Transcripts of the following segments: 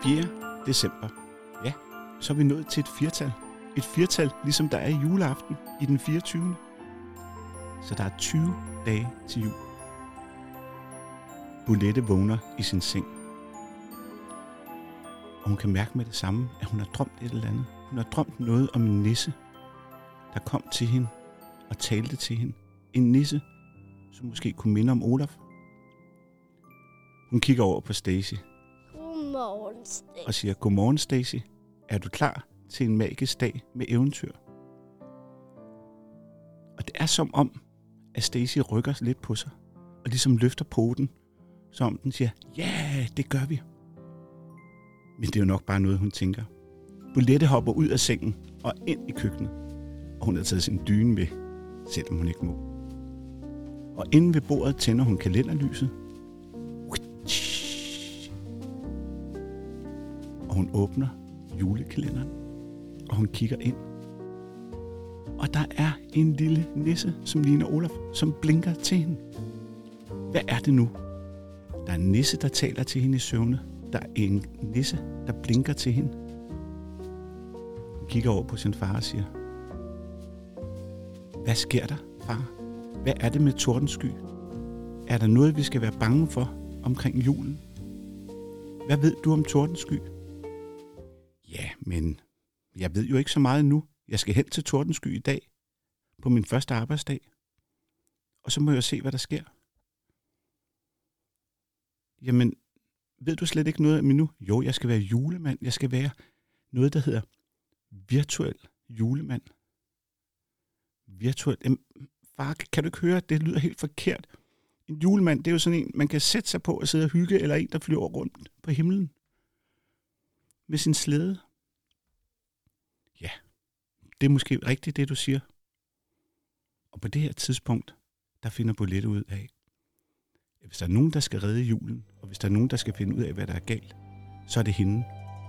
4. december. Ja, så er vi nået til et firtal. Et firtal, ligesom der er i juleaften i den 24. Så der er 20 dage til jul. Bolette vågner i sin seng. Og hun kan mærke med det samme, at hun har drømt et eller andet. Hun har drømt noget om en nisse, der kom til hende og talte til hende. En nisse, som måske kunne minde om Olaf. Hun kigger over på Stacy. Godmorgen, Stacy. Og siger, godmorgen Stacy. Er du klar til en magisk dag med eventyr? Og det er som om, at Stacy rykker lidt på sig, og ligesom løfter poten, som den siger, ja, det gør vi. Men det er jo nok bare noget, hun tænker. Bolette hopper ud af sengen og ind i køkkenet, og hun har taget sin dyne med, selvom hun ikke må. Og inde ved bordet tænder hun kalenderlyset, og hun åbner julekalenderen, og hun kigger ind. Og der er en lille nisse, som ligner Olaf, som blinker til hende. Hvad er det nu? Der er en nisse, der taler til hende i søvne. Der er en nisse, der blinker til hende. Hun kigger over på sin far og siger, hvad sker der, far? Hvad er det med tordensky? Er der noget, vi skal være bange for omkring julen? Hvad ved du om tordensky? Ja, men jeg ved jo ikke så meget nu. Jeg skal hen til tordensky i dag, på min første arbejdsdag. Og så må jeg se, hvad der sker. Jamen, ved du slet ikke noget om endnu? Jo, jeg skal være julemand. Jeg skal være noget, der hedder virtuel julemand. Virtuel. Jamen, far, kan du ikke høre, det lyder helt forkert. En julemand, det er jo sådan en, man kan sætte sig på og sidde og hygge, eller en, der flyver rundt på himlen med sin slæde. Ja, det er måske rigtigt, det du siger. Og på det her tidspunkt, der finder Bolette ud af, at hvis der er nogen, der skal redde julen, og hvis der er nogen, der skal finde ud af, hvad der er galt, så er det hende.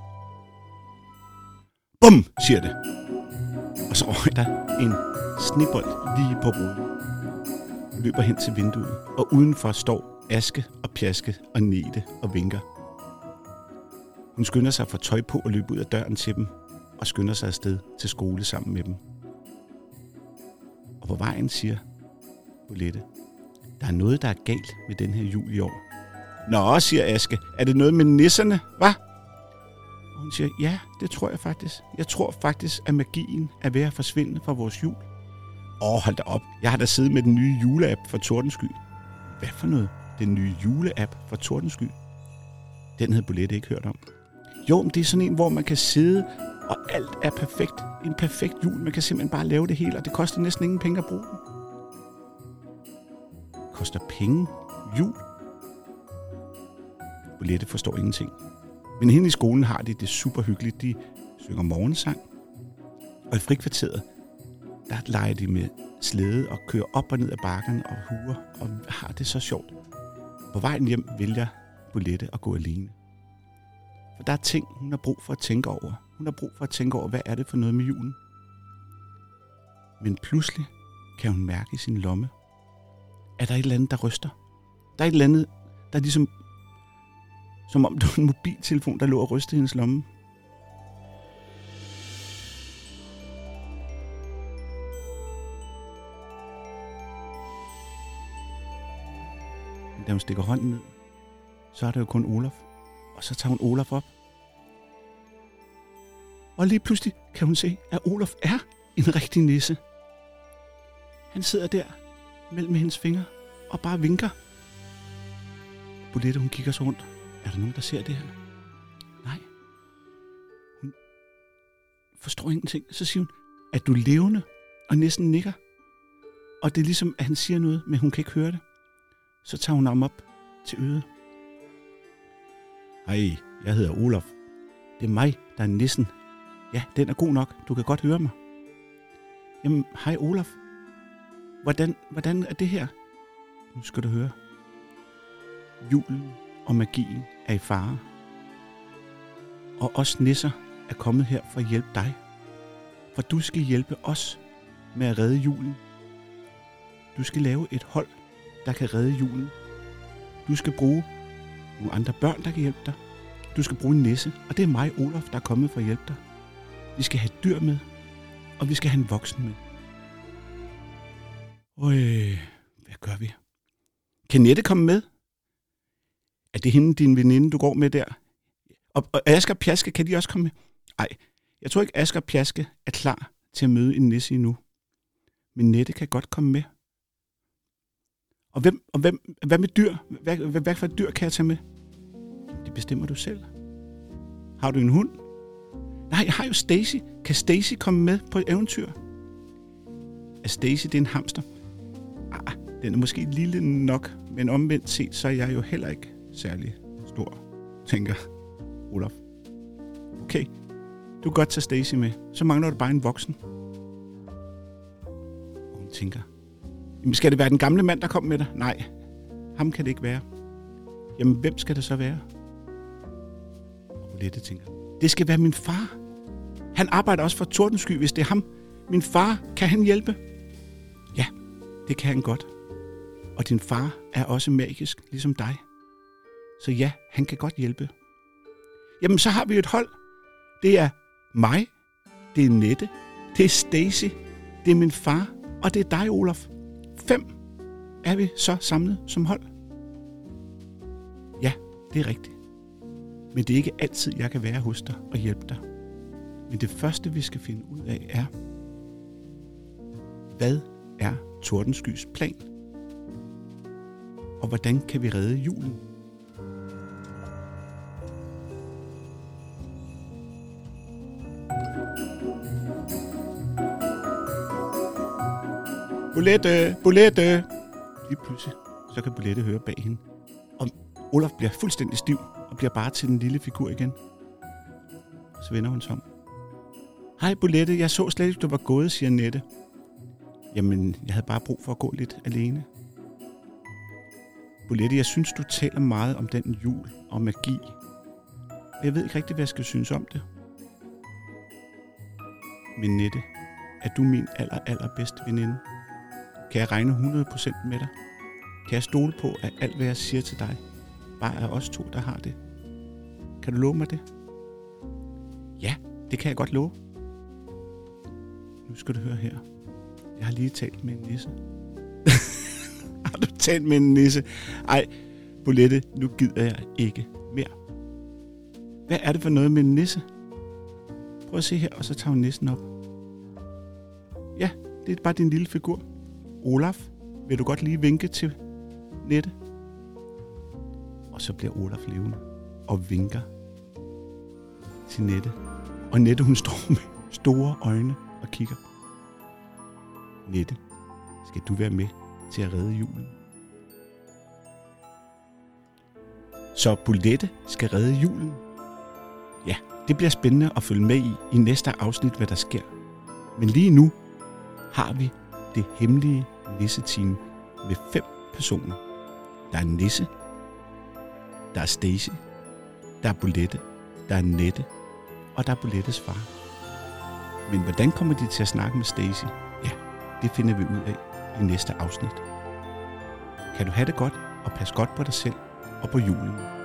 Bum, siger det. Og så røg der en snebold lige på ruden. Hun løber hen til vinduet, og udenfor står Aske og Pjaske og Nete og vinker. Hun skynder sig for tøj på og løber ud af døren til dem, og skynder sig afsted til skole sammen med dem. Og på vejen siger Bolette, der er noget, der er galt med den her jul i år. Nå, siger Aske, er det noget med nisserne, hva? Og hun siger, ja, det tror jeg faktisk. Jeg tror faktisk, at magien er ved at forsvinde fra vores jul. Hold da op, jeg har da siddet med den nye juleapp for Tordensky. Hvad for noget? Den nye juleapp for Tordensky? Den havde Bolette ikke hørt om. Jo, men det er sådan en, hvor man kan sidde, og alt er perfekt. En perfekt jul. Man kan simpelthen bare lave det hele, og det koster næsten ingen penge at bruge den. Koster penge? Jul? Bolette forstår ingenting. Men hende i skolen har de det super hyggeligt. De synger morgensang. Og i frikvarteret, der leger de med slæde og kører op og ned ad bakken og huer og har det så sjovt. På vejen hjem vælger Bolette at gå alene. For der er ting, hun har brug for at tænke over. Hun har brug for at tænke over, hvad er det for noget med julen. Men pludselig kan hun mærke i sin lomme, at der er et eller andet, der ryster. Der er et eller andet, der er ligesom, som om det var en mobiltelefon, der lå og rystede i hendes lomme. Men da hun stikker hånden ned, så er der jo kun Olaf. Og så tager hun Olaf op. Og lige pludselig kan hun se, at Olaf er en rigtig nisse. Han sidder der mellem hendes fingre og bare vinker. Bolette, hun kigger så rundt. Er der nogen, der ser det her? Nej. Hun forstår ingenting. Så siger hun, at du er levende, og næsten nikker. Og det er ligesom, at han siger noget, men hun kan ikke høre det. Så tager hun ham op til øret. Hej, jeg hedder Olaf. Det er mig, der er nissen. Ja, den er god nok. Du kan godt høre mig. Jamen, hej Olaf. Hvordan er det her? Nu skal du høre. Julen og magien er i fare. Og os nisser er kommet her for at hjælpe dig. For du skal hjælpe os med at redde julen. Du skal lave et hold, der kan redde julen. Du skal bruge nogle andre børn, der kan hjælpe dig. Du skal bruge en nisse, og det er mig, Olaf, der er kommet for at hjælpe dig. Vi skal have dyr med, og vi skal have en voksen med. Hvad gør vi? Kan Nette komme med? Er det hende, din veninde, du går med der? Og Asger og Pjaske, kan de også komme med? Nej, jeg tror ikke, Asger og Pjaske er klar til at møde en nisse endnu. Men Nette kan godt komme med. Og hvad med dyr? Hvad for et dyr kan jeg tage med? Det bestemmer du selv. Har du en hund? Nej, jeg har jo Stacy. Kan Stacy komme med på et eventyr? Er Stacy, det er en hamster? Den er måske lille nok, men omvendt set, så er jeg jo heller ikke særlig stor, tænker Olaf. Okay, du kan godt tage Stacy med. Så mangler du bare en voksen. Og hun tænker, jamen skal det være den gamle mand, der kom med dig? Nej, ham kan det ikke være. Jamen, hvem skal det så være? Og Bolette tænker, det skal være min far. Han arbejder også for Tordensky, hvis det er ham. Min far, kan han hjælpe? Ja, det kan han godt. Og din far er også magisk, ligesom dig. Så ja, han kan godt hjælpe. Jamen, så har vi et hold. Det er mig, det er Nette, det er Stacy, det er min far, og det er dig, Olaf. 5 er vi så samlet som hold. Ja, det er rigtigt. Men det er ikke altid, jeg kan være hos dig og hjælpe dig. Men det første, vi skal finde ud af, er, hvad er Tordenskys plan? Og hvordan kan vi redde julen? Bolette! Lige pludselig, så kan Bolette høre bag hende. Og Olaf bliver fuldstændig stiv og bliver bare til den lille figur igen. Så vender hun sig om. Hej Bolette, jeg så slet ikke, du var gået, siger Nette. Jamen, jeg havde bare brug for at gå lidt alene. Bolette, jeg synes, du taler meget om den jul og magi. Og jeg ved ikke rigtig, hvad jeg skal synes om det. Men Nette, er du min allerbedste veninde? Kan jeg regne 100% med dig? Kan jeg stole på, at alt, hvad jeg siger til dig, bare er os to, der har det? Kan du love mig det? Ja, det kan jeg godt love. Nu skal du høre her. Jeg har lige talt med en nisse. Har du talt med en nisse? Ej, Bolette, nu gider jeg ikke mere. Hvad er det for noget med en nisse? Prøv at se her, og så tager hun nissen op. Ja, det er bare din lille figur. Olaf, vil du godt lige vinke til Nette? Og så bliver Olaf levende og vinker til Nette. Og Nette, hun står med store øjne og kigger. Nette, skal du være med til at redde julen? Så Bolette skal redde julen? Ja, det bliver spændende at følge med i næste afsnit, hvad der sker. Men lige nu har vi det hemmelige nisseteam med 5 personer. Der er Nisse, der er Stacy, der er Bolette, der er Nette, og der er Bolettes far. Men hvordan kommer de til at snakke med Stacy? Ja, det finder vi ud af i næste afsnit. Kan du have det godt, og pas godt på dig selv og på julen.